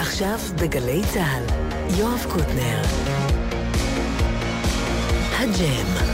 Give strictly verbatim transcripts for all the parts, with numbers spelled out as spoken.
עכשיו בגלי צהל, יואב קוטנר. הג'ם.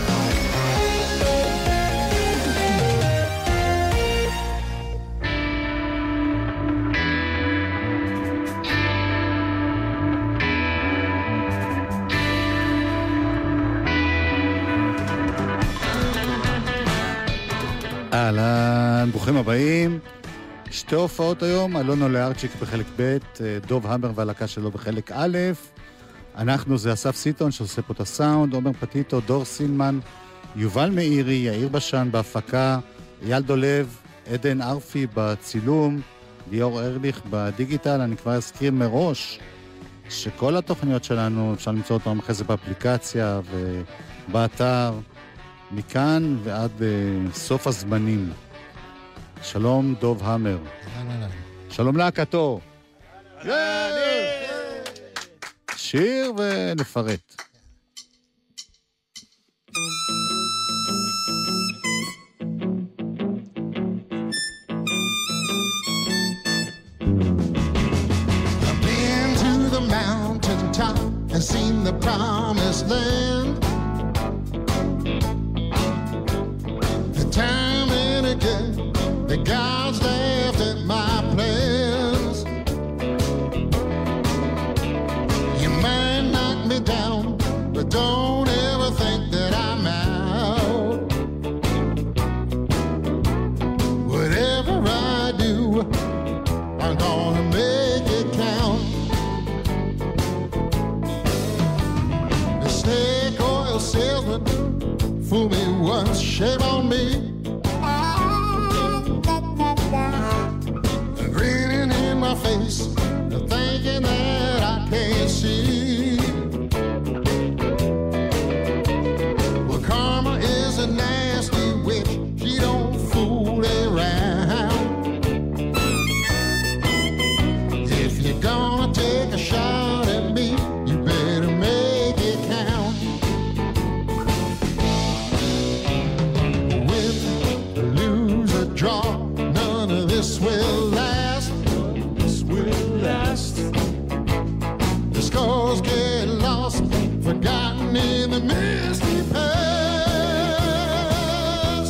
אהלן, ברוכים הבאים. שתי הופעות היום, אלונו לארצ'יק בחלק ב', דוב המר והלהקה שלו בחלק א'. אנחנו זה אסף סיטון שעושה פה את הסאונד, עומר פטיטו, דור סילמן, יובל מאירי, יאיר בשן בהפקה, אייל דולב, עדן ארפי בצילום, ליאור ארליך בדיגיטל. אני כבר אזכיר מראש שכל התוכניות שלנו אפשר למצוא אותם אחרי זה באפליקציה ובאתר, מכאן ועד uh, סוף הזמנים. שלום דוב המר. שלום להקתו. שיר ונפרט. I've been to the mountain top and seen the promised land. Time and again, the gods laughed at my plans. You might knock me down, but don't ever think that I'm out. Whatever I do, I'm gonna make it count. The snake oil salesman fool me once, shame on me. Grinning in my face, thinking that I can't see. Well, karma is a nasty witch, she don't fool around. If you're gonna take a shot at me, you better make it count. Draw, none of this will last. This will last. The scores get lost, forgotten in the misty past.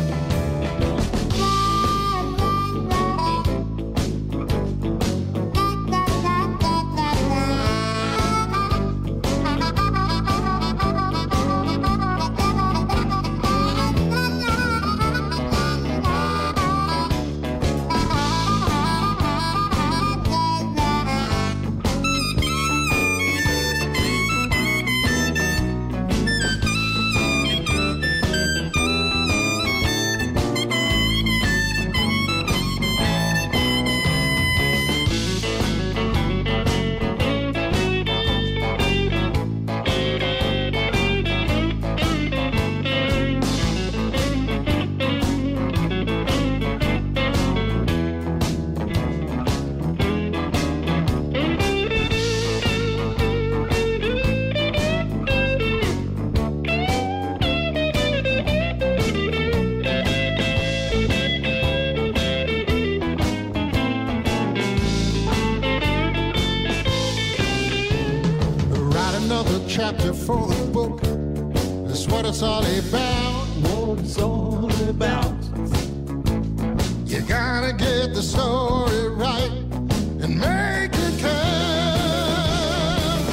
Chapter for the book is what it's all about. What it's all about. You gotta get the story right and make it count.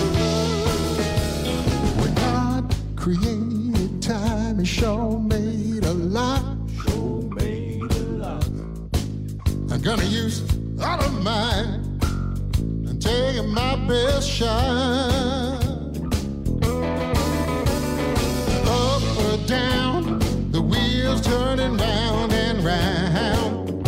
When God created time, He sure made a lot. Sure made a lot. I'm gonna use all of mine and take my best shot. Down, the wheels turning round and round.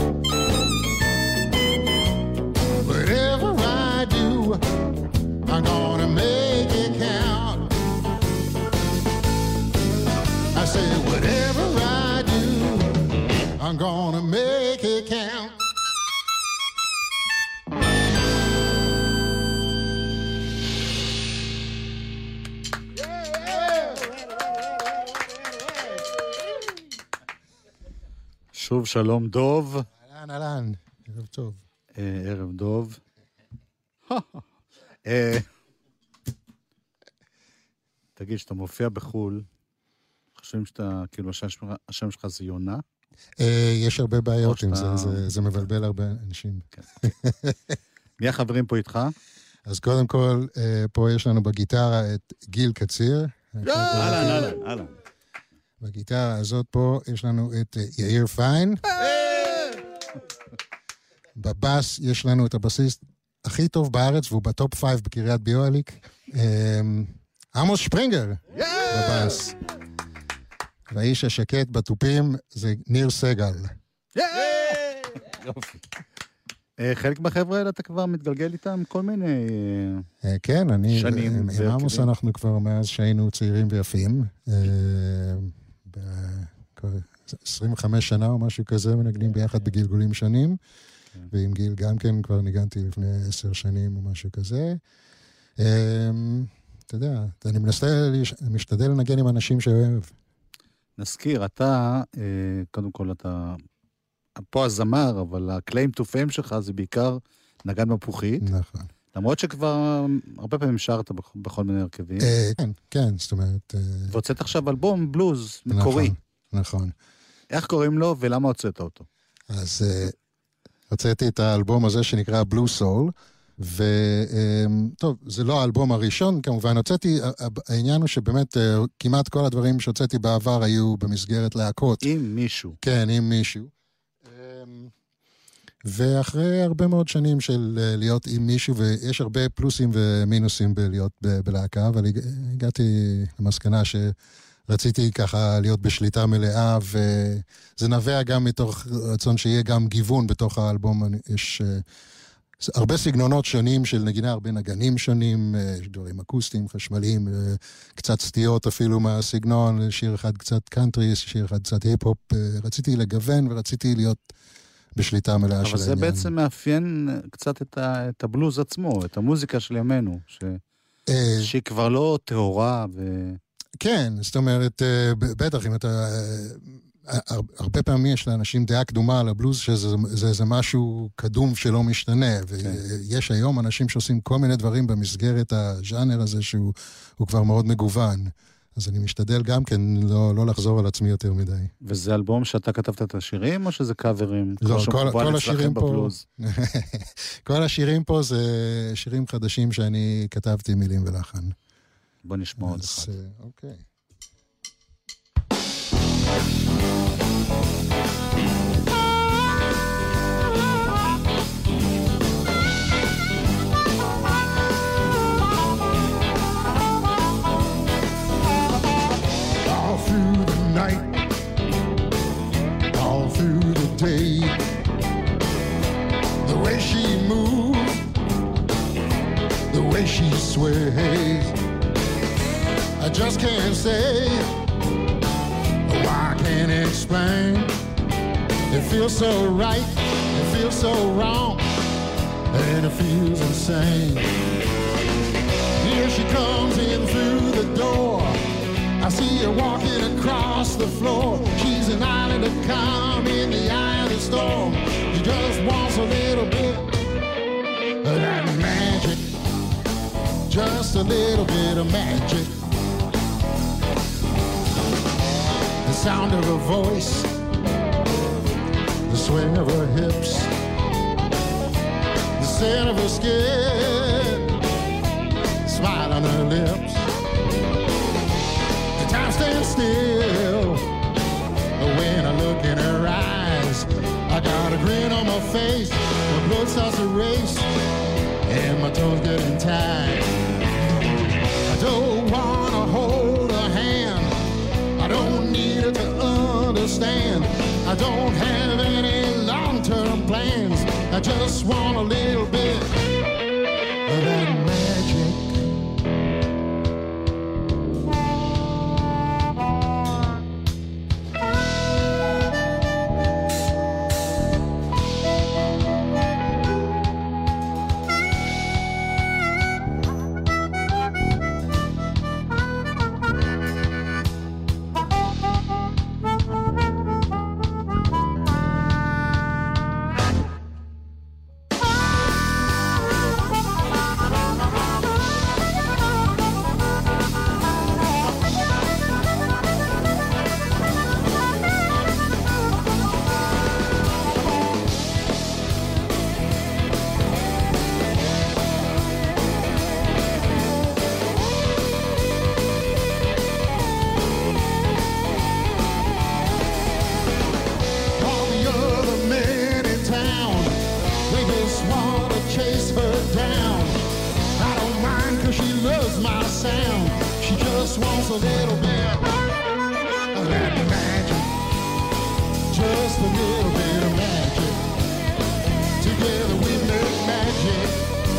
Whatever I do, I'm gonna make it count. I say whatever I do, I'm gonna make it count. שוב שלום דוב. אהלן, אהלן, ערב טוב. ערב טוב. תגיד, שאתה מופיע בחול, חושבים שאתה, כאילו, השם שלך זה יונה? יש הרבה בעיות עם זה, זה מבלבל הרבה אנשים. מי החברים פה איתך? אז קודם כל, פה יש לנו בגיטרה את גיל קציר. אהלן, אהלן, אהלן. בגיטרה הזאת פה יש לנו את יאיר פיין. בבאס יש לנו את הבסיסט הכי טוב בארץ, והוא בטופ פייב בקריית ביאליק. עמוס שפרינגר בבאס. והאיש השקט בטופים זה ניר סגל. יופי. חלק מהחבר'ה האלה אתה כבר מתגלגל איתם כל מיני כן, אני... שנים. עם עמוס אנחנו כבר מאז שהיינו צעירים ויפים. עשרים וחמש שנה או משהו כזה, מנגנים ביחד בגלגולים שנים. ועם גיל גם כן כבר ניגנתי לפני עשר שנים או משהו כזה. אתה יודע, אני משתדל לנגן עם אנשים שאוהב. נזכיר, אתה, קודם כל אתה, פה הזמר, אבל הקליים to fame שלך זה בעיקר נגן מפוחית. נכון. למרות שכבר הרבה פעמים שרת בכל מיני הרכבים. כן, כן, זאת אומרת... והוצאת עכשיו אלבום בלוז מקורי. נכון. איך קוראים לו ולמה הוצאת אותו? אז הוצאתי את האלבום הזה שנקרא בלו סול, וטוב, זה לא האלבום הראשון, כמובן, הוצאתי, העניין הוא שבאמת כמעט כל הדברים שהוצאתי בעבר היו במסגרת להקות. עם מישהו. כן, עם מישהו. ואחרי הרבה מאוד שנים של להיות עם מישהו, ויש הרבה פלוסים ומינוסים בלהיות בלהקה, אבל הגעתי למסקנה שרציתי ככה להיות בשליטה מלאה, וזה נובע גם מתוך רצון שיהיה גם גיוון בתוך האלבום. יש הרבה סגנונות שונים של נגינה, הרבה נגנים שונים, יש דברים אקוסטיים, חשמליים, קצת סטיות אפילו מהסגנון, שיר אחד קצת קאנטרי, שיר אחד קצת היפ-הופ. רציתי לגוון ורציתי להיות בשליטה מלאה של העניין. אבל זה בעצם מאפיין קצת את, ה, את הבלוז עצמו, את המוזיקה של ימינו, ש, שהיא כבר לא טהורה ו... כן, זאת אומרת, בטח, אם אתה... הרבה פעמים יש לאנשים דעה קדומה על הבלוז, שזה זה משהו קדום שלא משתנה, ויש היום אנשים שעושים כל מיני דברים במסגרת הז'אנר הזה, שהוא כבר מאוד מגוון. אז אני משתדל גם כן לא, לא לחזור על עצמי יותר מדי. וזה אלבום שאתה כתבת את השירים, או שזה קאברים? לא, כל, כל השירים פה... כל השירים פה זה שירים חדשים שאני כתבתי מילים ולחן. בוא נשמע עוד אחד. אוקיי. All through the day, the way she moves, the way she sways, I just can't say, oh, I can't explain. It feels so right, it feels so wrong, and it feels insane. Here she comes in through the door, I see her walking across the floor. She's an island of calm in the eye of the storm. She just wants a little bit of that magic, just a little bit of magic. The sound of her voice, the swing of her hips, the scent of her skin, smile on her lips. Time stands still when I look in her eyes. I got a grin on my face, my blood starts to race, and my toes getting tight. I don't wanna hold her hand, I don't need her to understand. I don't have any long-term plans, I just want a little bit of that magic. just a little bit of that magic. Just a little bit of magic. Together we make magic.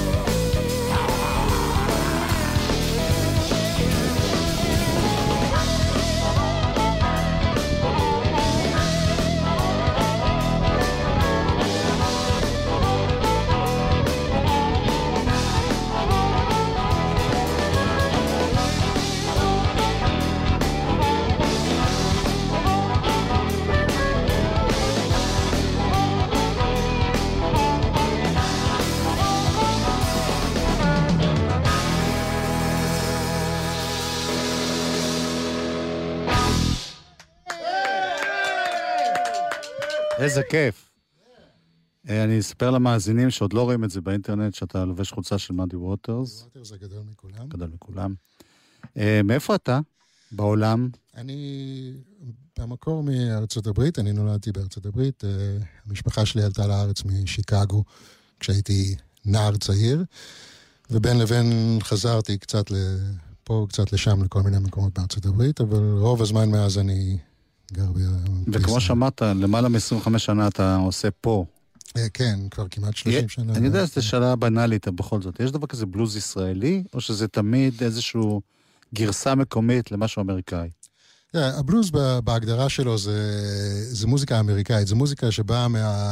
איזה כיף. אני אספר למאזינים שעוד לא רואים את זה באינטרנט, שאתה לובש חולצה של מאדי ווטרס. ווטרס זה גדול מכולם. גדול מכולם. מאיפה אתה? בעולם? אני במקור מארצות הברית, אני נולדתי בארצות הברית. המשפחה שלי עלתה לארץ משיקגו, כשהייתי נער צעיר, ובין לבין חזרתי קצת לפה, קצת לשם, לכל מיני מקומות בארצות הברית, אבל רוב הזמן מאז אני... וכמו שמעת, למעלה מ-עשרים וחמש שנה אתה עושה פה. כן, כבר כמעט שלושים שנה. אני יודע, זו שאלה בנאלית, בכל זאת. יש דבר כזה בלוז ישראלי, או שזה תמיד איזשהו גרסה מקומית למשהו אמריקאי? הבלוז בהגדרה שלו זה מוזיקה אמריקאית. זו מוזיקה שבאה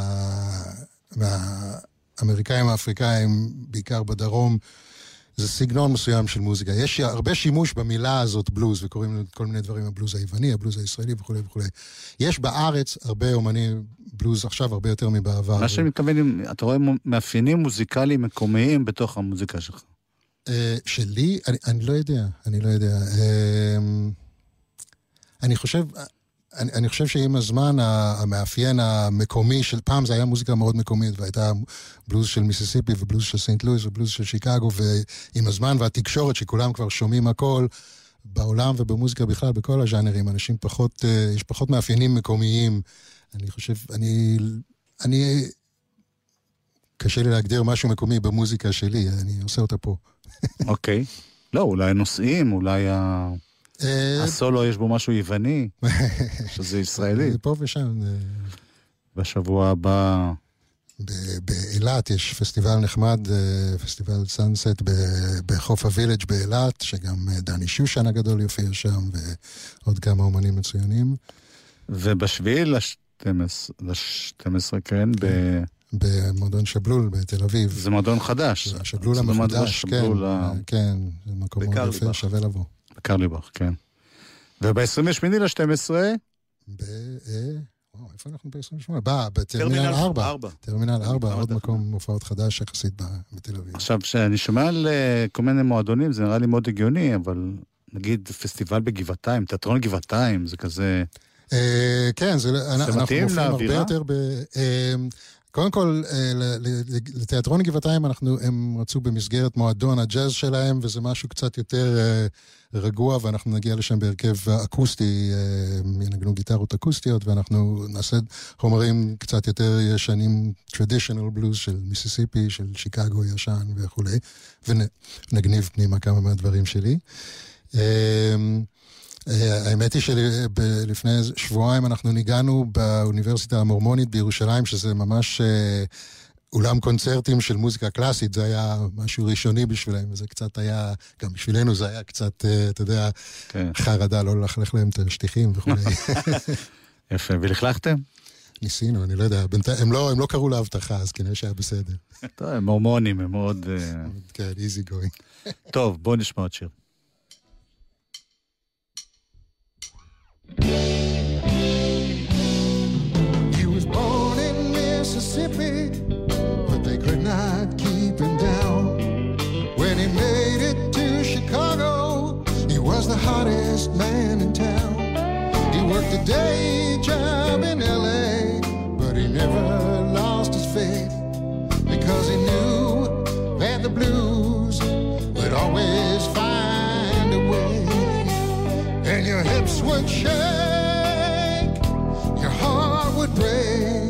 מהאמריקאים האפריקאים, בעיקר בדרום, זה סגנון מסוים של מוזיקה. יש הרבה שימוש במילה הזאת בלוז, וקוראים כל מיני דברים, הבלוז היווני, הבלוז הישראלי וכו' וכו'. יש בארץ הרבה אומנים בלוז עכשיו, הרבה יותר מבעבר. מה שאני מתכוון, אתה רואה מאפיינים מוזיקליים מקומיים בתוך המוזיקה שלך? שלי? אני, אני לא יודע, אני לא יודע. אני חושב... אני, אני חושב שעם הזמן המאפיין המקומי של פעם זה היה מוזיקה מאוד מקומית, והייתה בלוז של מיסיסיפי ובלוז של סנט לואיס ובלוז של שיקגו, ועם הזמן והתקשורת שכולם כבר שומעים הכל בעולם ובמוזיקה בכלל, בכל הז'אנרים, אנשים פחות, יש פחות מאפיינים מקומיים. אני חושב, אני, אני, קשה לי להגדיר משהו מקומי במוזיקה שלי, אני עושה אותה פה. אוקיי. לא, אולי נושאים, אולי ה... הסולו יש בו משהו יווני, שזה ישראלי. פה ושם. בשבוע הבא... באילת יש פסטיבל נחמד, פסטיבל סאנסט בחוף הווילג' באילת, שגם דני שושן הגדול יופיע שם, ועוד כמה אומנים מצוינים. ובשביעי ל-שתים עשרה, כן, ב... במועדון שבלול בתל אביב. זה מועדון חדש. שבלול המחודש, כן. כן, זה מקום מאוד יפה, שווה לבוא. בקרליבך, כן. וב-עשרים ושמונה ל-שתים עשרה? ב... וואו, איפה אנחנו ב-עשרים ושמונה? בא, בטרמינל ארבע. טרמינל ארבע, עוד מקום מופעות חדש יחסית בתל אביב. עכשיו, כשאני שומע על כל מיני מועדונים, זה נראה לי מאוד הגיוני, אבל נגיד פסטיבל בגבעתיים, תיאטרון גבעתיים, זה כזה... כן, אנחנו מופיעים הרבה יותר ב... קודם כל, לתיאטרון גבעתיים אנחנו, הם רצו במסגרת מועדון הג'אז שלהם, וזה משהו קצת יותר רגוע, ואנחנו נגיע לשם בהרכב אקוסטי, ינגנו גיטרות אקוסטיות, ואנחנו נעשה חומרים קצת יותר ישנים, traditional blues של מיסיסיפי, של שיקגו ישן וכו', ונגניב פנימה כמה מהדברים שלי. האמת היא שלפני שבועיים אנחנו ניגענו באוניברסיטה המורמונית בירושלים, שזה ממש אולם קונצרטים של מוזיקה קלאסית, זה היה משהו ראשוני בשבילם, וזה קצת היה, גם בשבילנו זה היה קצת, אתה יודע, חרדה, לא ללכלך להם את השטיחים וכו'. יפה, ולכלכתם? ניסינו, אני לא יודע, הם לא קראו להבטחה, אז כנראה שהיה בסדר. טוב, הם מורמונים, הם מאוד... כן, easy going. טוב, בואו נשמע עוד שיר. He was born in Mississippi, but they could not keep him down. When he made it to Chicago, he was the hottest man in town. He worked a day job in L A, but he never lost his faith, because he knew that the blues would always find a way. And your hips would shake, your heart would break.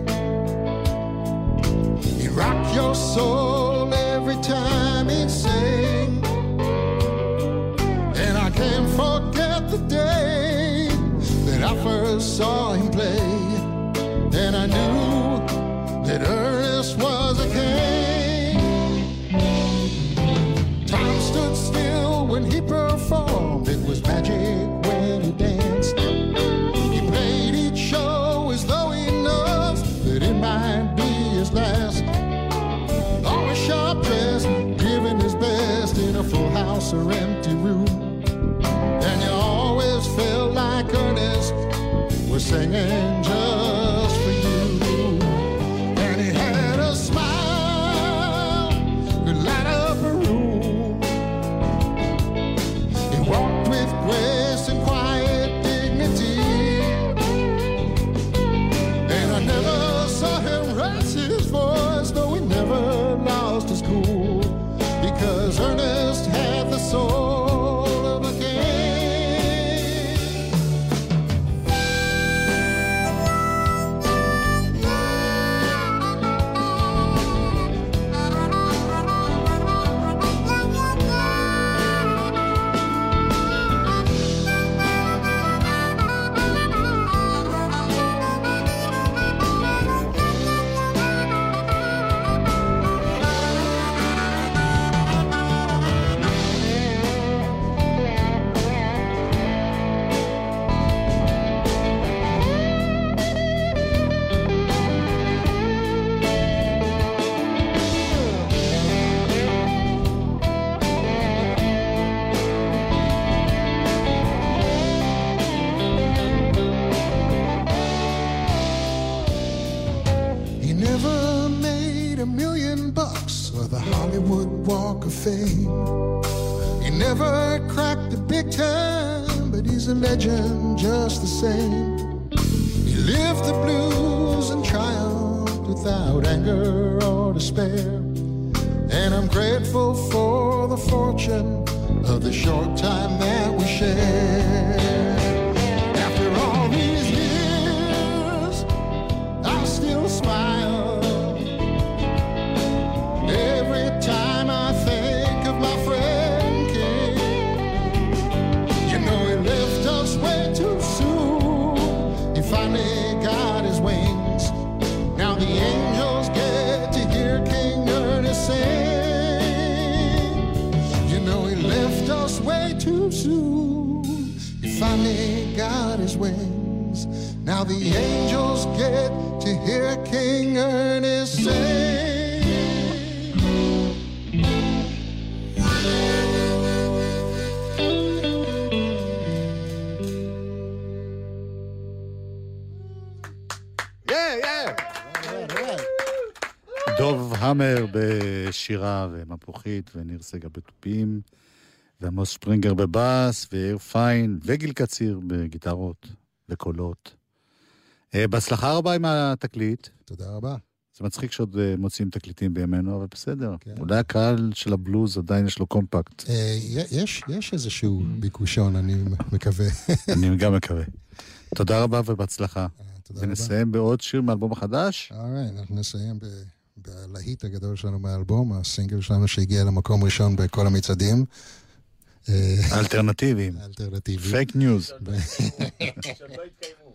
He'd rock your soul every time he'd sing. And I can't forget saw him play, and I knew that Ernest was a king. Time stood still when he performed. It was magic when he danced. He played each show as though he knows that it might be his last. Always sharp dressed, giving his best in a full house or empty room. And you always felt like Ernest was singing just for you. And he had a smile that light up a room. He walked with grace and quiet dignity. And I never saw him raise his voice, though he never lost his cool, because Ernest had the soul of a king. He never made a million bucks or the Hollywood Walk of Fame. He never cracked the big time, but he's a legend just the same. He lived the blues and triumphed without anger or despair. And I'm grateful for the fortune of the short time that we share. After all these years, I still smile every time I think of my friend King. You know he left us way too soon. He finally got his wings. Now the angels get to hear King Ernest sing. You know he left us way too soon. He finally got his wings. Now the angels get to hear King Ernest sing. דוב המר בשירה ומפוחית, וניר סגל בתופים, ועמוס שפרינגר בבאס, ואיר פיין וגיל קציר בגיטרות וקולות. בהצלחה רבה עם התקליט. תודה רבה. זה מצחיק שעוד מוצאים תקליטים בימינו, אבל בסדר. כן. אולי הקהל של הבלוז עדיין יש לו קומפקט. יש, יש איזשהו ביקושון, אני מקווה. אני גם מקווה. תודה רבה ובהצלחה. תודה ונסיים רבה. בעוד שיר מאלבום החדש. אוקיי, אנחנו נסיים ב... בלהיט הגדול שלנו מהאלבום, הסינגל שלנו שהגיע למקום ראשון בכל המצעדים. אלטרנטיביים. אלטרנטיביים. פייק ניוז. שלא התקיימו.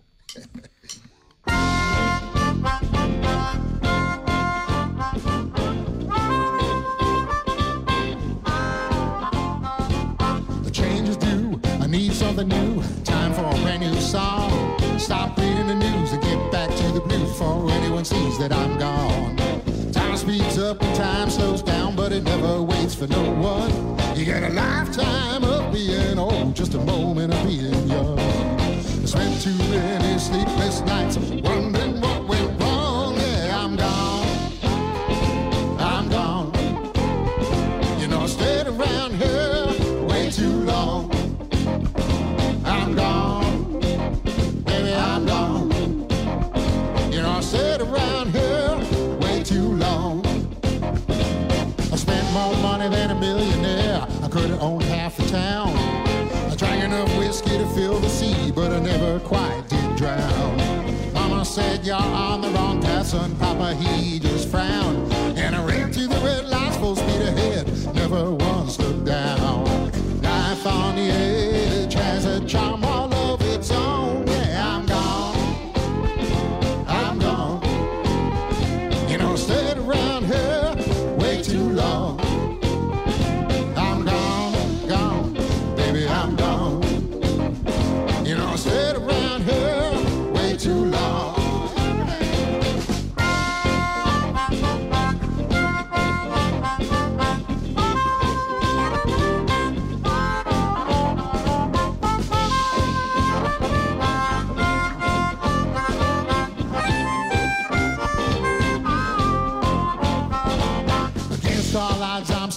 The change is due, I need something new, time for a brand new song. Stop reading the news and get back to the blues before anyone sees that I'm gone. Time speeds up and time slows down, but it never waits for no one. You get a lifetime of being old, just a moment of being young. I spent too many sleepless nights wondering what went wrong. Yeah, I'm gone, I'm gone. You know I stayed around here way too long. I'm gone, baby, I'm gone. You know I stayed around here way too long. I spent more money than a millionaire. I could have owned half the town. I drank enough whiskey to fill the sea, but I never quite did drown. Mama said, you're on the wrong path, son. Papa, he just frowned. And I ran to the red lights full speed ahead, never once looked down. Life on the edge has a charm all of its own. Yeah, I'm gone,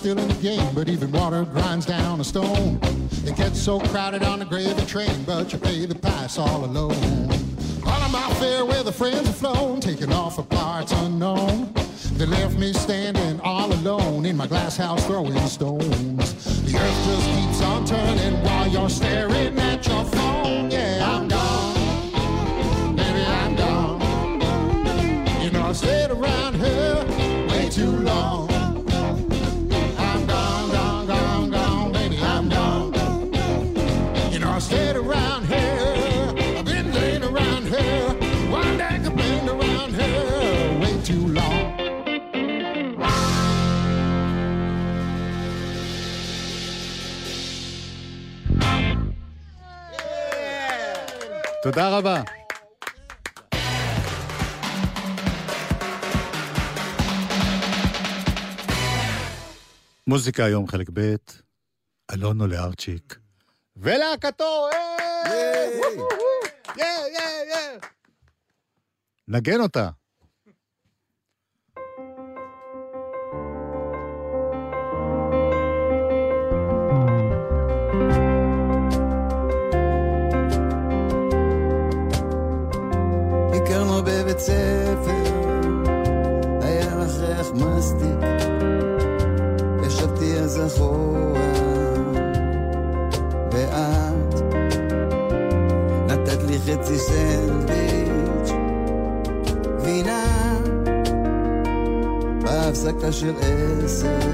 still in the game, but even water grinds down a stone. It gets so crowded on the gravy train, but you pay the price all alone. On a my fair where the friends have flown, taking off for parts unknown. They left me standing all alone in my glass house throwing stones. The earth just keeps on turning while you're staring at your phone. Yeah, I'm gone. Baby, I'm gone. You know I stayed around here way too long. I'm gone, gone, gone, gone. Baby, I'm gone. You know I stayed around here. I've been laying around here. One day I've been around here way too long. תודה רבה. מוזיקה היום חלק ב', אלונו לארצ'יק. ולהקתו, נגן אותה. הכרנו בבית ספר, היה לך ריח מסטיק, ישבתי אז אחורה, ואת נתת לי חצי סנדוויץ' גבינה בהפסקה של עשר,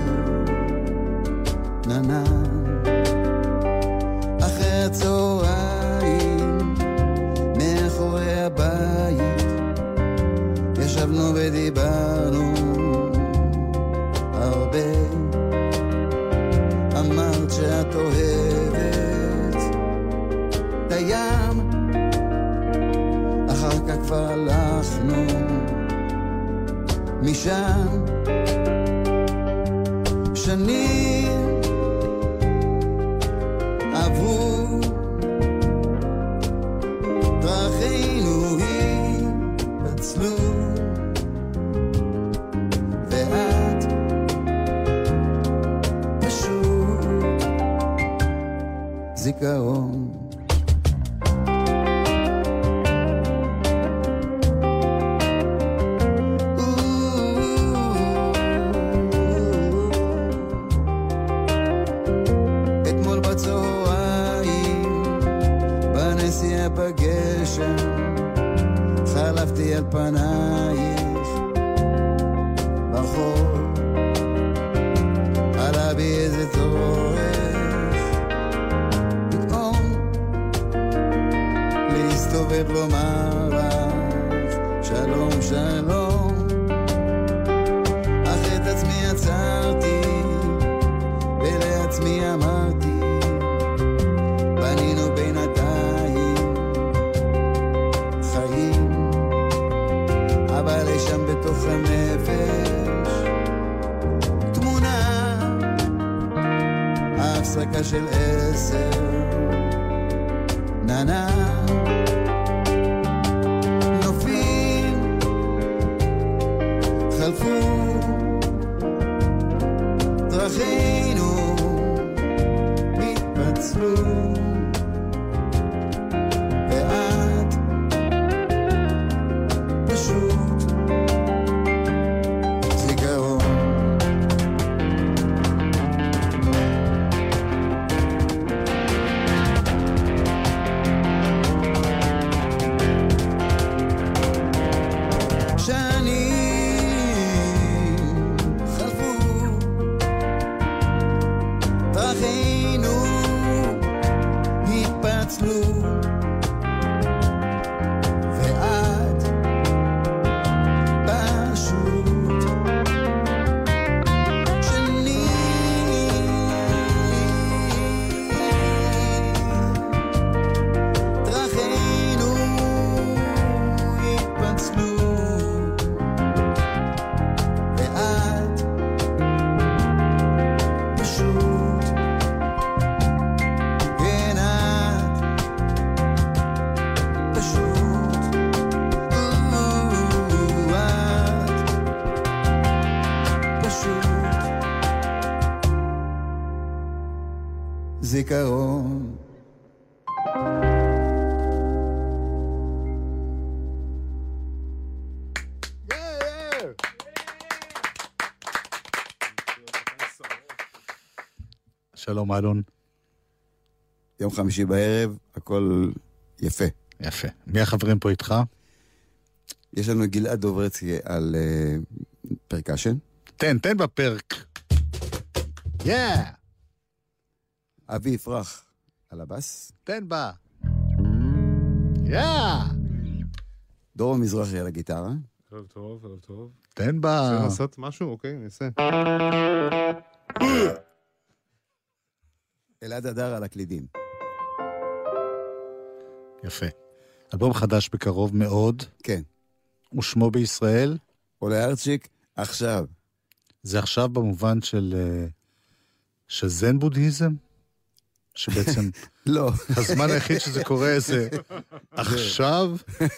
ננה אחרי הצהריים מאחורי הבית ישבנו ודיברנו הרבה. אמרת שאת אוהבת את הים, אחר כך כבר הלכנו משם. שנים עברו, דרכינו התפצלו, ואת פשוט זיכרון. אתמול בצהריים בנסיעה בגשם חלפתי על פנייך ברחוב, עלה בי איזה צורך פתאום להסתובב לומר לך שלום שלום, אך את עצמי עצרתי ולעצמי אמרתי בנינו בינתיים חיים, אבל אי שם בתוך הנפש תמונה, ההפסקה של עשר, ננה נופים חלפו, דרכינו התפצלו, ואת פשוט זיכרון. שנים חלפו, דרכינו התפצלו, ואת פשוט שנים, דרכינו התפצלו, ואת פשוט, כן את זיכרון. שלום אלון. יום חמישי בערב, הכל יפה. יפה. מי החברים פה איתך? יש לנו גלעד דוברצקי על uh, פרקשן. תן, תן בפרק. יאה! אבי יפרח על הבס. תן בה. יאה! דור מזרחי על הגיטרה. ערב טוב, ערב טוב. תן בה. אפשר לעשות משהו? אוקיי, נעשה. אלעד הדר על הקלידים. יפה. אלבום חדש בקרוב מאוד. כן. ושמו בישראל? עולה ארצ'יק, עכשיו. זה עכשיו במובן של, של זן בודהיזם? שבעצם... לא. הזמן היחיד שזה קורה זה עכשיו?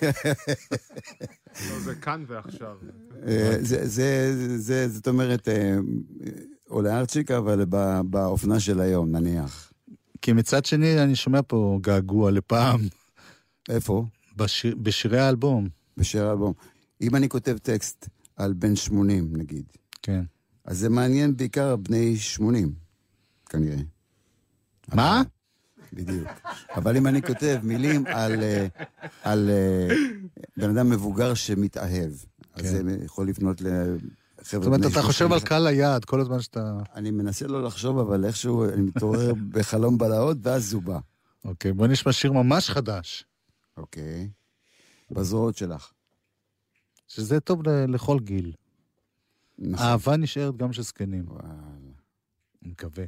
לא, זה כאן ועכשיו. זה, זה, זה, זאת אומרת, עולה ארצ'יק, אבל באופנה של היום, נניח. כי מצד שני, אני שומע פה געגוע לפעם. איפה? בשיר, בשירי האלבום. בשיר האלבום. אם אני כותב טקסט על בן שמונים, נגיד. כן. אז זה מעניין בעיקר בני שמונים, כנראה. מה? בדיוק. אבל אם אני כותב מילים על, על בן אדם מבוגר שמתאהב, אז זה יכול לפנות לחבר'ה בני זאת אומרת, אתה חושב על קהל היעד כל הזמן שאתה... אני מנסה לא לחשוב, אבל איכשהו אני מתעורר בחלום בלהות, ואז זובה. אוקיי, בוא נשמע שיר ממש חדש. אוקיי. בזרועות שלך. שזה טוב לכל גיל. נכון. אהבה נשארת גם של זקנים. וואלה. אני מקווה.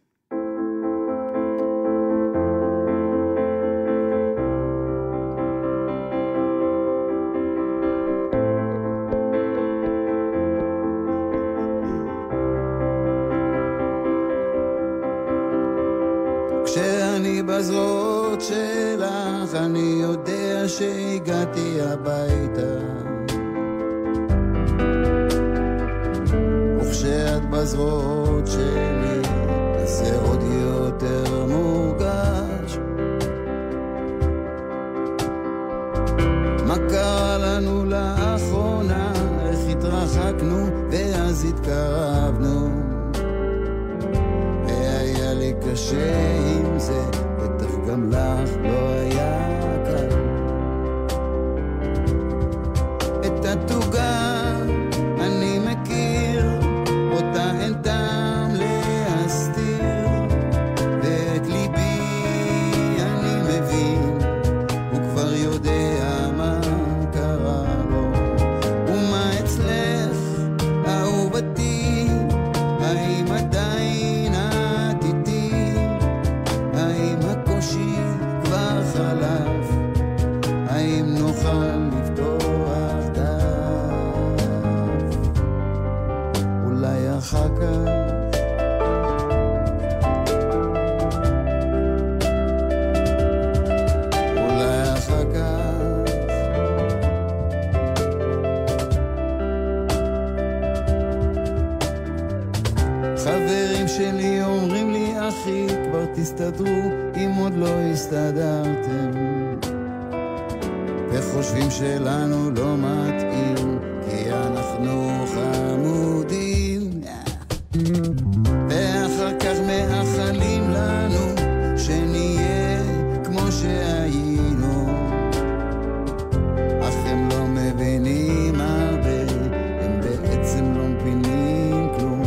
כשאני בזרועות שלך, אני יודע שהגעתי הביתה. וכשאת בזרועות שלי, אז זה עוד יותר מורגש. מה קרה לנו לאחרונה, איך התרחקנו ואז התקרבנו. והיה לי קשה עם זה, בטח גם לך לא היה קל. את התוגה אני מכיר, אותה אין טעם להסתיר, ואת ליבי אני מבין, הוא כבר יודע מה קרה לו. ומה אצלך, אהובתי, האם עדיין את איתי? האם הקושי כבר חלף? האם נוכל לפתוח דף? אולי אחר כך אולי אחר כך חברים שלי אומרים לי, אחי, כבר תסתדרו אם עוד לא הסתדרתם, וחושבים שלנו לא מתאים כי אנחנו חמודים, ואחר כך מאחלים לנו שנהיה כמו שהיינו, אך הם לא מבינים הרבה, הם בעצם לא מבינים כלום.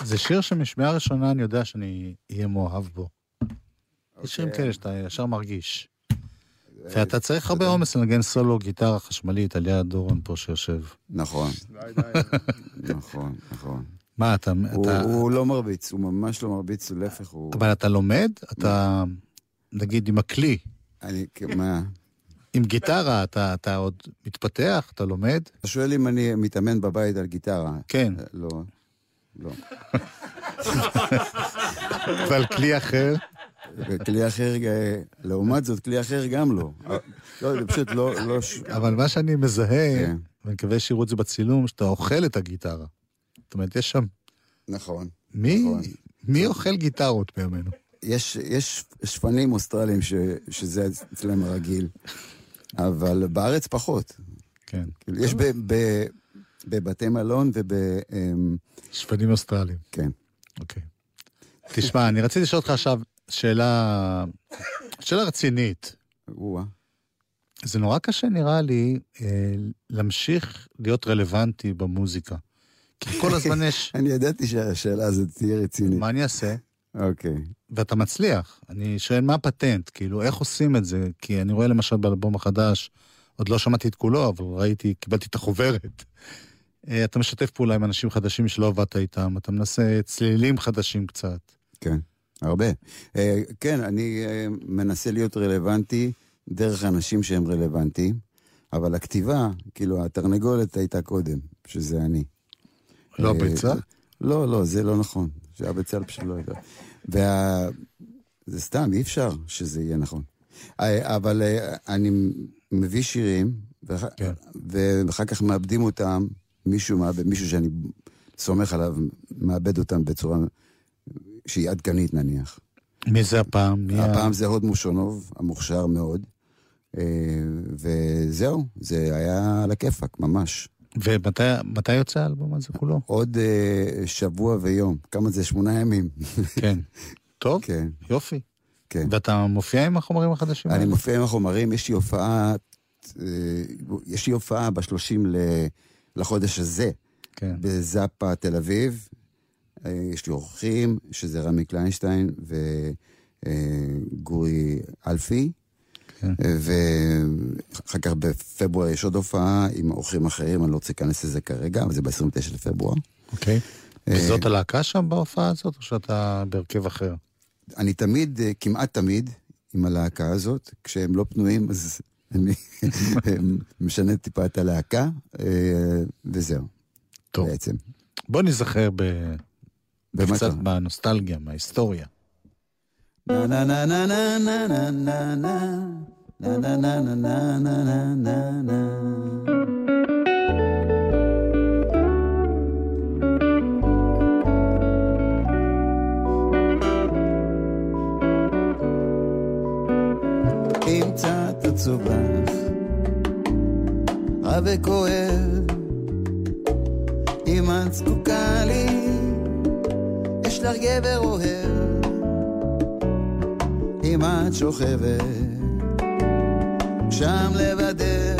זה שיר שמשמיעה ראשונה אני יודע שאני אהיה מאוהב בו. יש שירים כאלה שאתה ישר מרגיש. ואתה צריך הרבה אומץ לנגן סולו, גיטרה חשמלית, על יד דורון פה שיושב. נכון. נכון, נכון. מה, אתה... הוא לא מרביץ, הוא ממש לא מרביץ, הוא להפך, הוא... אבל אתה לומד? אתה, נגיד, עם הכלי. אני, מה? עם גיטרה, אתה, אתה עוד מתפתח, אתה לומד? אתה שואל אם אני מתאמן בבית על גיטרה. כן. לא, לא. ועל כלי אחר? כלי אחר, לעומת זאת, כלי אחר גם לא. לא, זה פשוט לא... אבל מה שאני מזהה, ואני מקווה שיראו את זה בצילום, שאתה אוכל את הגיטרה. זאת אומרת, יש שם... נכון. מי, מי אוכל גיטרות בימינו? יש, יש שפנים אוסטרליים ש, שזה אצלם הרגיל, אבל בארץ פחות. כן. יש ב, ב, בבתי מלון וב... שפנים אוסטרליים. כן. אוקיי. תשמע, אני רציתי לשאול אותך עכשיו שאלה, שאלה רצינית. וואה. זה נורא קשה נראה לי אה, להמשיך להיות רלוונטי במוזיקה. כי כל הזמן יש... אני ידעתי שהשאלה הזאת תהיה רצינית. מה אני אעשה? אוקיי. ואתה מצליח. אני שואל מה הפטנט, כאילו, איך עושים את זה? כי אני רואה למשל באלבום החדש, עוד לא שמעתי את כולו, אבל ראיתי, קיבלתי את החוברת. אתה משתף פעולה עם אנשים חדשים שלא עבדת איתם, אתה מנסה צלילים חדשים קצת. כן, הרבה. כן, אני מנסה להיות רלוונטי דרך אנשים שהם רלוונטיים, אבל הכתיבה, כאילו, התרנגולת הייתה קודם, שזה אני. לא הביצה? לא, לא, זה לא נכון. שהביצה פשוט לא הייתה. וה... זה סתם, אי אפשר שזה יהיה נכון. אבל אני מביא שירים, ואחר כך מאבדים אותם, מישהו, מישהו שאני סומך עליו, מאבד אותם בצורה שהיא עדכנית נניח. מי זה הפעם? הפעם זה הוד מושונוב, המוכשר מאוד, וזהו, זה היה על הכיפק, ממש. ומתי יוצא האלבום הזה כולו? עוד שבוע ויום, כמה זה? שמונה ימים. כן. טוב, כן. יופי. כן. ואתה מופיע עם החומרים החדשים? אני מופיע עם החומרים, יש לי הופעה, יש לי הופעה בשלושים לחודש הזה, כן. בזאפה תל אביב, יש לי אורחים, שזה רמי קליינשטיין וגורי אלפי, כן. ואחר כך בפברואר יש עוד הופעה עם אורחים אחרים, אני לא רוצה להיכנס לזה כרגע, אבל זה ב-עשרים ותשעה לפברואר. אוקיי. וזאת הלהקה שם בהופעה הזאת, או שאתה בהרכב אחר? אני תמיד, כמעט תמיד, עם הלהקה הזאת, כשהם לא פנויים, אז אני משנה טיפה את הלהקה, וזהו. טוב. בעצם. בוא נזכר קצת בנוסטלגיה, מההיסטוריה. na na na na na na na na na na na na na na na na ימצא את הצובח רע וכואב אם את זקוקה לי יש לך גבר אוהב אם את שוכבת שם לבדך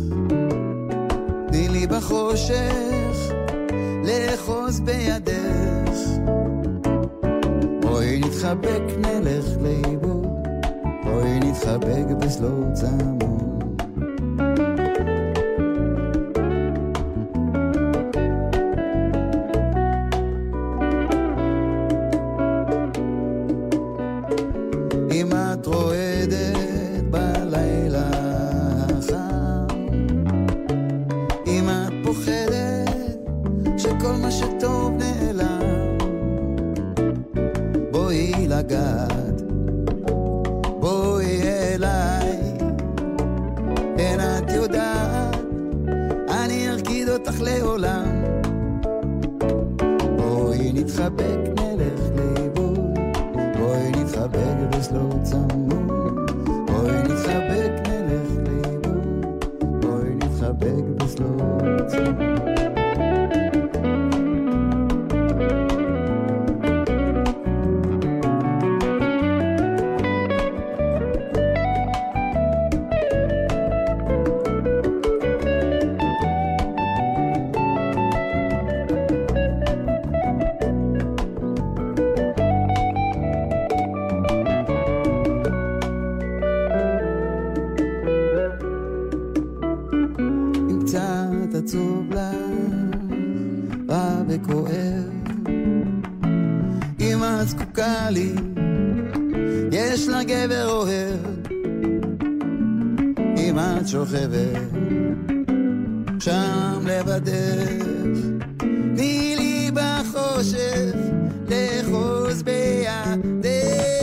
תני לי בחושך לאחוז בידך בואי נתחבק נלך לאיבוד בואי נתחבק בסלו צמוד את זקוקה לי, יש לה גבר אוהב, אם את שוכבת שם לבדך, תני לי בחושך לחוז בידך.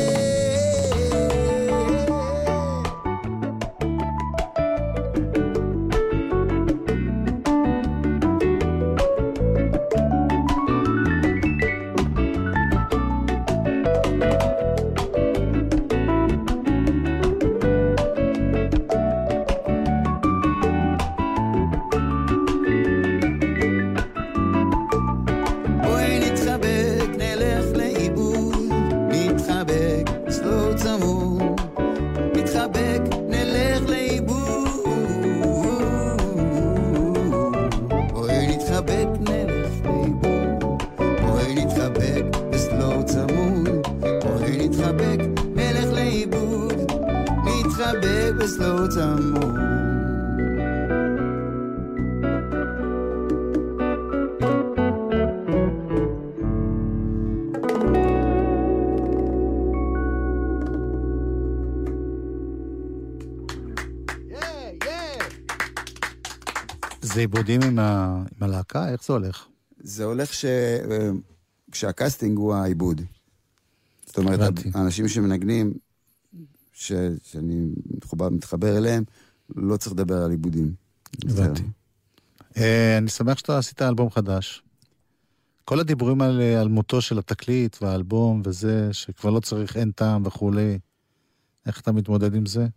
זה עיבודים עם, ה... עם הלהקה? איך זה הולך? זה הולך ש... כשהקסטינג הוא העיבוד. זאת אומרת, הבנתי. האנשים שמנגנים, ש... שאני מתחבר, מתחבר אליהם, לא צריך לדבר על עיבודים. הבנתי. Uh, אני שמח שאתה עשית אלבום חדש. כל הדיבורים על, על מותו של התקליט והאלבום וזה, שכבר לא צריך אין טעם וכולי, איך אתה מתמודד עם זה?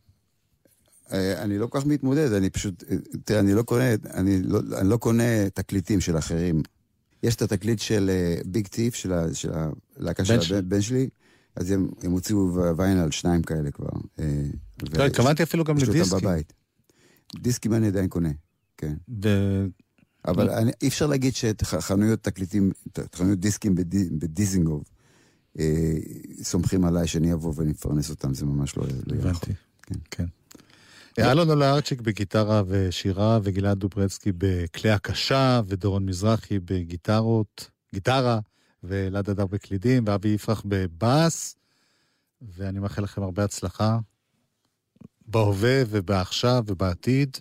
אני לא כל כך מתמודד, אני פשוט, תראה, אני לא קונה, אני לא, אני לא קונה תקליטים של אחרים. יש את התקליט של ביג טיף, של הלהקה של הבן שלי, אז הם, הם הוציאו ויינל שניים כאלה כבר. לא, התכוונתי אפילו גם לדיסקים. בבית. דיסקים אני עדיין קונה, כן. אבל אני, אי אפשר להגיד שחנויות תקליטים, חנויות דיסקים בדיזינגוף, סומכים עליי שאני אבוא ואני אפרנס אותם, זה ממש לא יכול. הבנתי, כן. אלון אולארצ'יק בגיטרה ושירה, וגלעד דוברצקי בכלי הקשה, ודורון מזרחי בגיטרות, גיטרה, ואלעד אדר בקלידים, ואבי יפרח בבאס, ואני מאחל לכם הרבה הצלחה, בהווה ובעכשיו ובעתיד,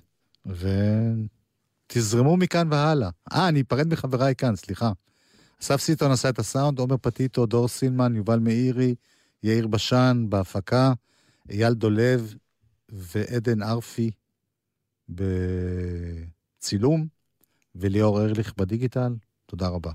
ותזרמו מכאן והלאה. אה, אני אפרד מחבריי כאן, סליחה. אסף סיטון עשה את הסאונד, עומר פטיטו, דור סילמן, יובל מאירי, יאיר בשן בהפקה, אייל דולב, ועדן ארפי בצילום, וליאור ארליך בדיגיטל. תודה רבה.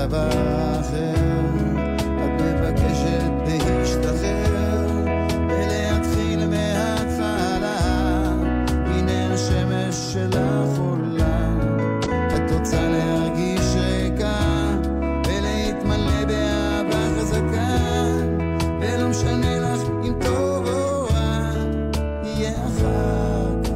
לדבר אחר, את מבקשת להשתחרר ולהתחיל מההתחלה. הנה השמש שלך עולה, את רוצה להרגיש ריקה ולהתמלא באהבה חזקה, ולא משנה לך אם טוב או רע, יהיה אחר כך.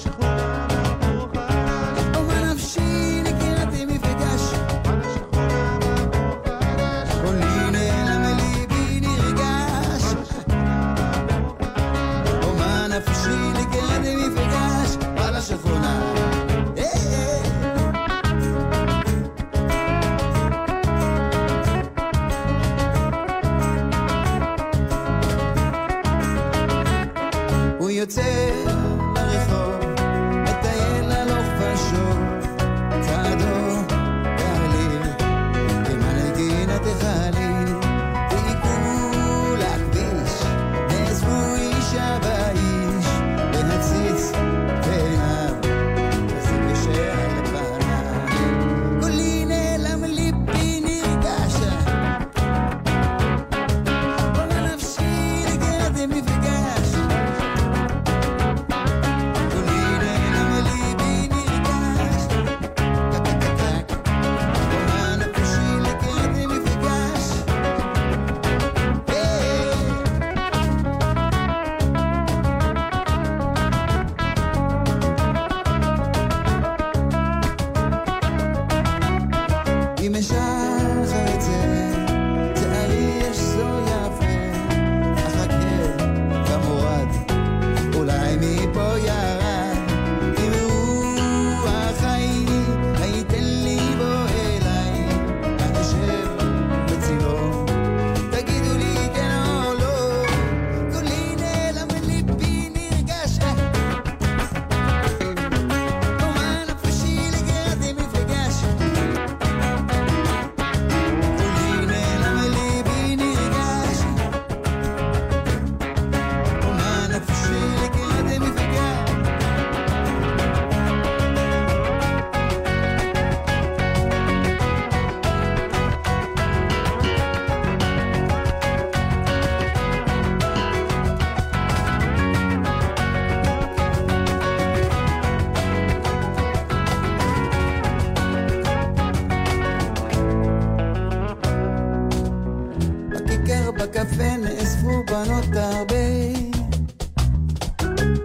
Shikora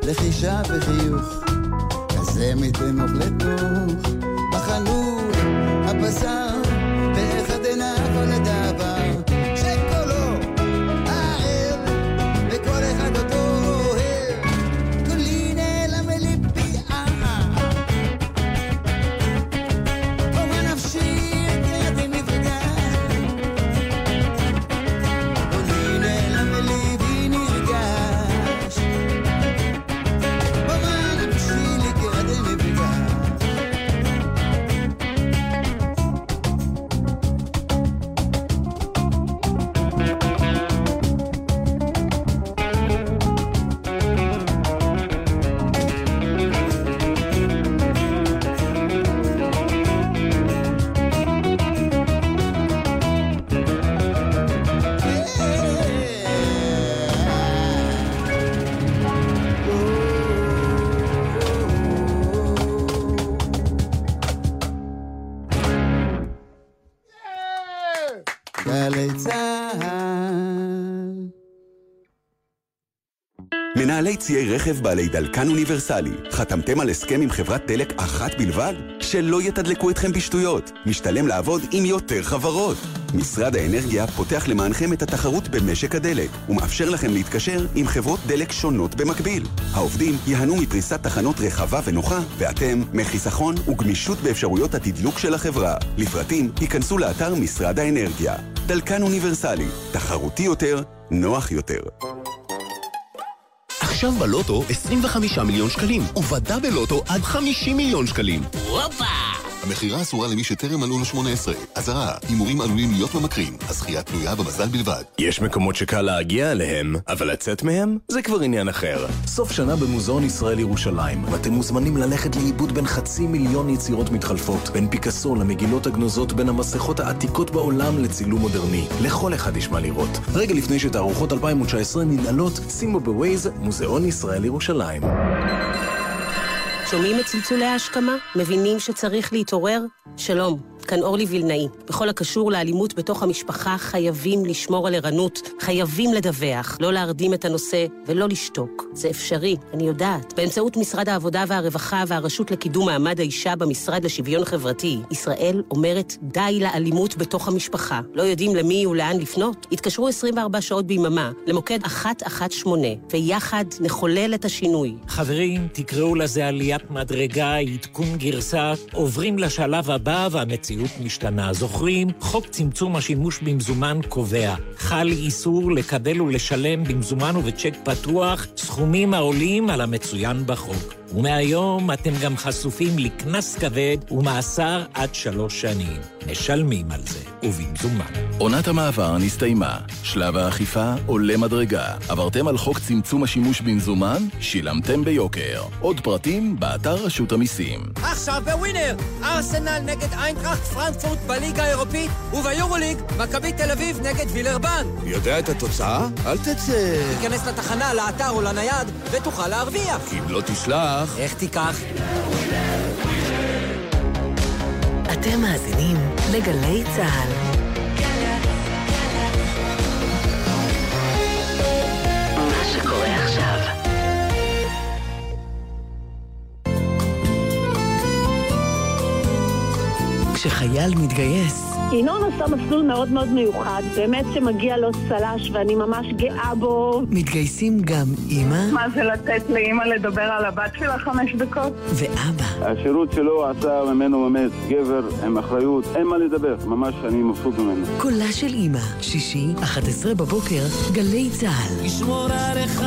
לחישה וחיוך, כזה מתנוך לתוך, בחנות, הבשר, באחד עיניו כל הדבר, שקולו, הערב, וכל אחד אותו אוהב, כולי נעלם מליבי, אה, ומה נפשי, יקירתי מפגע, כולי נעלם מליבי נרגש, ומה נפשי, יקירתי מפגע. גלי צהל. מנהלי ציי רכב בעלי דלקן אוניברסלי, חתמתם על הסכם עם חברת דלק אחת בלבד? שלא יתדלקו אתכם בשטויות, משתלם לעבוד עם יותר חברות. משרד האנרגיה פותח למענכם את התחרות במשק הדלק, ומאפשר לכם להתקשר עם חברות דלק שונות במקביל. העובדים יהנו מפריסת תחנות רחבה ונוחה, ואתם מחיסכון וגמישות באפשרויות התדלוק של החברה. לפרטים, היכנסו לאתר משרד האנרגיה. דלקן אוניברסלי, תחרותי יותר, נוח יותר. עכשיו בלוטו עשרים וחמישה מיליון שקלים, ובדאבל לוטו עד חמישים מיליון שקלים. וואפה! המחירה אסורה למי שטרם מלאו לו שמונה עשרה. אזהרה, הימורים עלולים להיות ממכרים, הזכייה תלויה במזל בלבד. יש מקומות שקל להגיע אליהם, אבל לצאת מהם זה כבר עניין אחר. סוף שנה במוזיאון ישראל ירושלים, ואתם מוזמנים ללכת לאיבוד בין חצי מיליון יצירות מתחלפות, בין פיקאסו למגילות הגנוזות, בין המסכות העתיקות בעולם לצילום מודרני. לכל אחד יש מה לראות. רגע לפני שתערוכות אלפיים תשע עשרה ננעלות, שימו בווייז מוזיאון ישראל ירושלים. שומעים את צלצולי ההשכמה? מבינים שצריך להתעורר? שלום, כאן אורלי וילנאי. בכל הקשור לאלימות בתוך המשפחה חייבים לשמור על ערנות, חייבים לדווח, לא להרדים את הנושא ולא לשתוק. זה אפשרי, אני יודעת. באמצעות משרד העבודה והרווחה והרשות לקידום מעמד האישה במשרד לשוויון חברתי, ישראל אומרת די לאלימות בתוך המשפחה. לא יודעים למי ולאן לפנות? התקשרו עשרים וארבע שעות ביממה למוקד אחת אחת שמונה, ויחד נחולל את השינוי. חברים, תקראו לזה עליית מדרגה, עדכון גרסה, עוברים לשלב הבא והמציאות משתנה. זוכרים? חוק צמצום השימוש במזומן קובע. חל איסור לקבל ולשלם במזומן ובצ'ק פתוח סכומים העולים על המצוין בחוק. ומהיום אתם גם חשופים לקנס כבד ומאסר עד שלוש שנים. משלמים על זה, ובמזומן. עונת המעבר נסתיימה. שלב האכיפה עולה מדרגה. עברתם על חוק צמצום השימוש במזומן? שילמתם ביוקר. עוד פרטים באתר רשות המיסים. עכשיו בווינר! ארסנל נגד איינטראכט פרנקפורט בליגה האירופית, וביורוליג מכבי תל אביב נגד וילרבן. יודע את התוצאה? אל תצא. תיכנס לתחנה, לאתר או לנייד, ותוכל להרוויח. כי אם לא תשלח... איך תיקח? אתם מאזינים לגלי צהל. מה שקורה עכשיו. כשחייל מתגייס, ינון עשה מסלול מאוד מאוד מיוחד, באמת שמגיע לו צל"ש ואני ממש גאה בו. מתגייסים גם אמא. מה זה לתת לאמא לדבר על הבת שלה חמש דקות? ואבא. השירות שלו עשה ממנו באמת גבר עם אחריות, אין מה לדבר, ממש אני מבסוט ממנו. קולה של אמא, שישי, אחת עשרה בבוקר, גלי צהל. ישמור עליך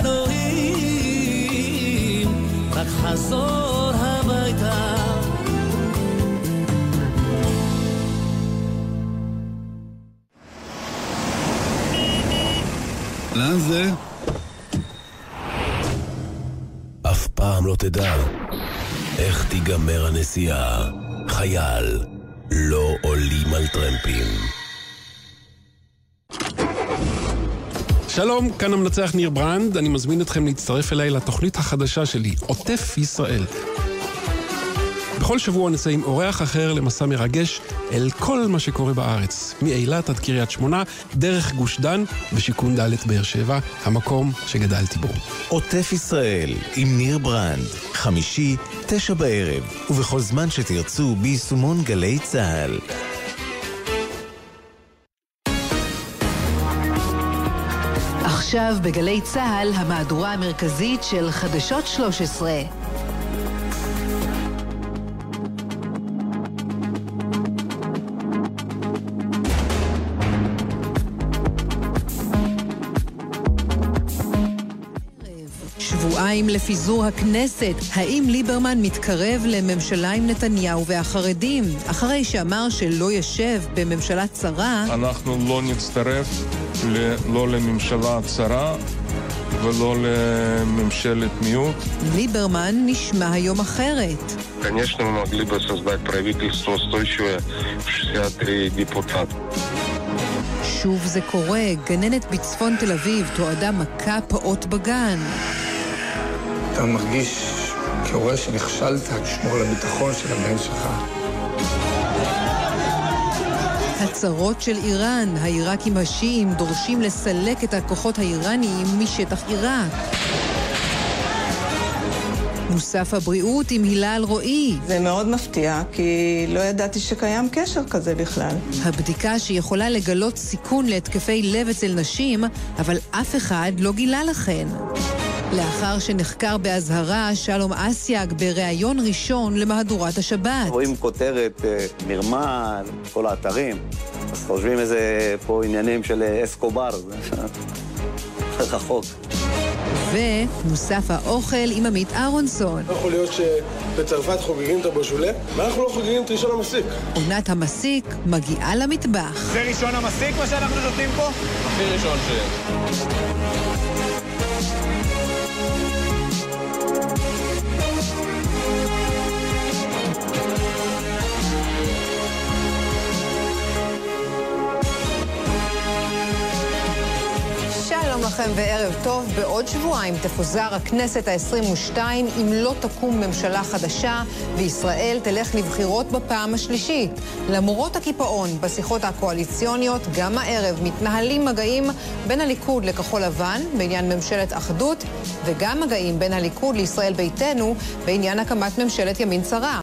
אלוהים, רק חזור הביתה. לאן זה? אף פעם לא תדע איך תיגמר הנסיעה. חייל, לא עולים על טרמפים. שלום, כאן המנצח ניר ברנד. אני מזמין אתכם להצטרף אליי לתוכנית החדשה שלי, עוטף ישראל. בכל שבוע נצא עם אורח אחר למסע מרגש אל כל מה שקורה בארץ. מאילת עד קריית שמונה, דרך גוש דן ושיכון ד' באר שבע, המקום שגדלתי בו. עוטף ישראל עם ניר ברנד, חמישי, תשע בערב, ובכל זמן שתרצו ביישומון גלי צהל. עכשיו בגלי צהל, המהדורה המרכזית של חדשות שלוש עשרה. שבועיים לפיזור הכנסת, האם ליברמן מתקרב לממשלה עם נתניהו והחרדים? אחרי שאמר שלא ישב בממשלה צרה, אנחנו לא נצטרף לא לממשלה צרה ולא לממשלת מיעוט. ליברמן נשמע היום אחרת. Конечно, мы могли бы создать правительство устойчивое в шестьдесят три депутата. שוב זה קורה, גננת בצפון תל אביב תועדה מכה פעוט בגן. אתה מרגיש כהורה שנכשלת לשמור על הביטחון של הבן שלך. הצהרות של איראן, העיראקים השיעים דורשים לסלק את הכוחות האיראניים משטח עיראק. מוסף הבריאות עם הילל רועי. זה מאוד מפתיע, כי לא ידעתי שקיים קשר כזה בכלל. הבדיקה שיכולה לגלות סיכון להתקפי לב אצל נשים, אבל אף אחד לא גילה לכן. לאחר שנחקר בהזהרה, שלום אסיאג בראיון ראשון למהדורת השבת. רואים כותרת מרמה, כל האתרים, אז חושבים איזה פה עניינים של אסקובר, זה רחוק. ומוסף האוכל עם עמית אהרונסון. לא יכול להיות שבצרפת חוגגים את הבוז'ולה, ואנחנו לא חוגגים את ראשון המסיק. עונת המסיק מגיעה למטבח. זה ראשון המסיק מה שאנחנו שותים פה? הכי ראשון שיש. שלום לכם וערב טוב. בעוד שבועיים תפוזר הכנסת ה-עשרים ושתיים אם לא תקום ממשלה חדשה וישראל תלך לבחירות בפעם השלישית. למרות הקיפאון בשיחות הקואליציוניות, גם הערב מתנהלים מגעים בין הליכוד לכחול לבן בעניין ממשלת אחדות, וגם מגעים בין הליכוד לישראל ביתנו בעניין הקמת ממשלת ימין צרה.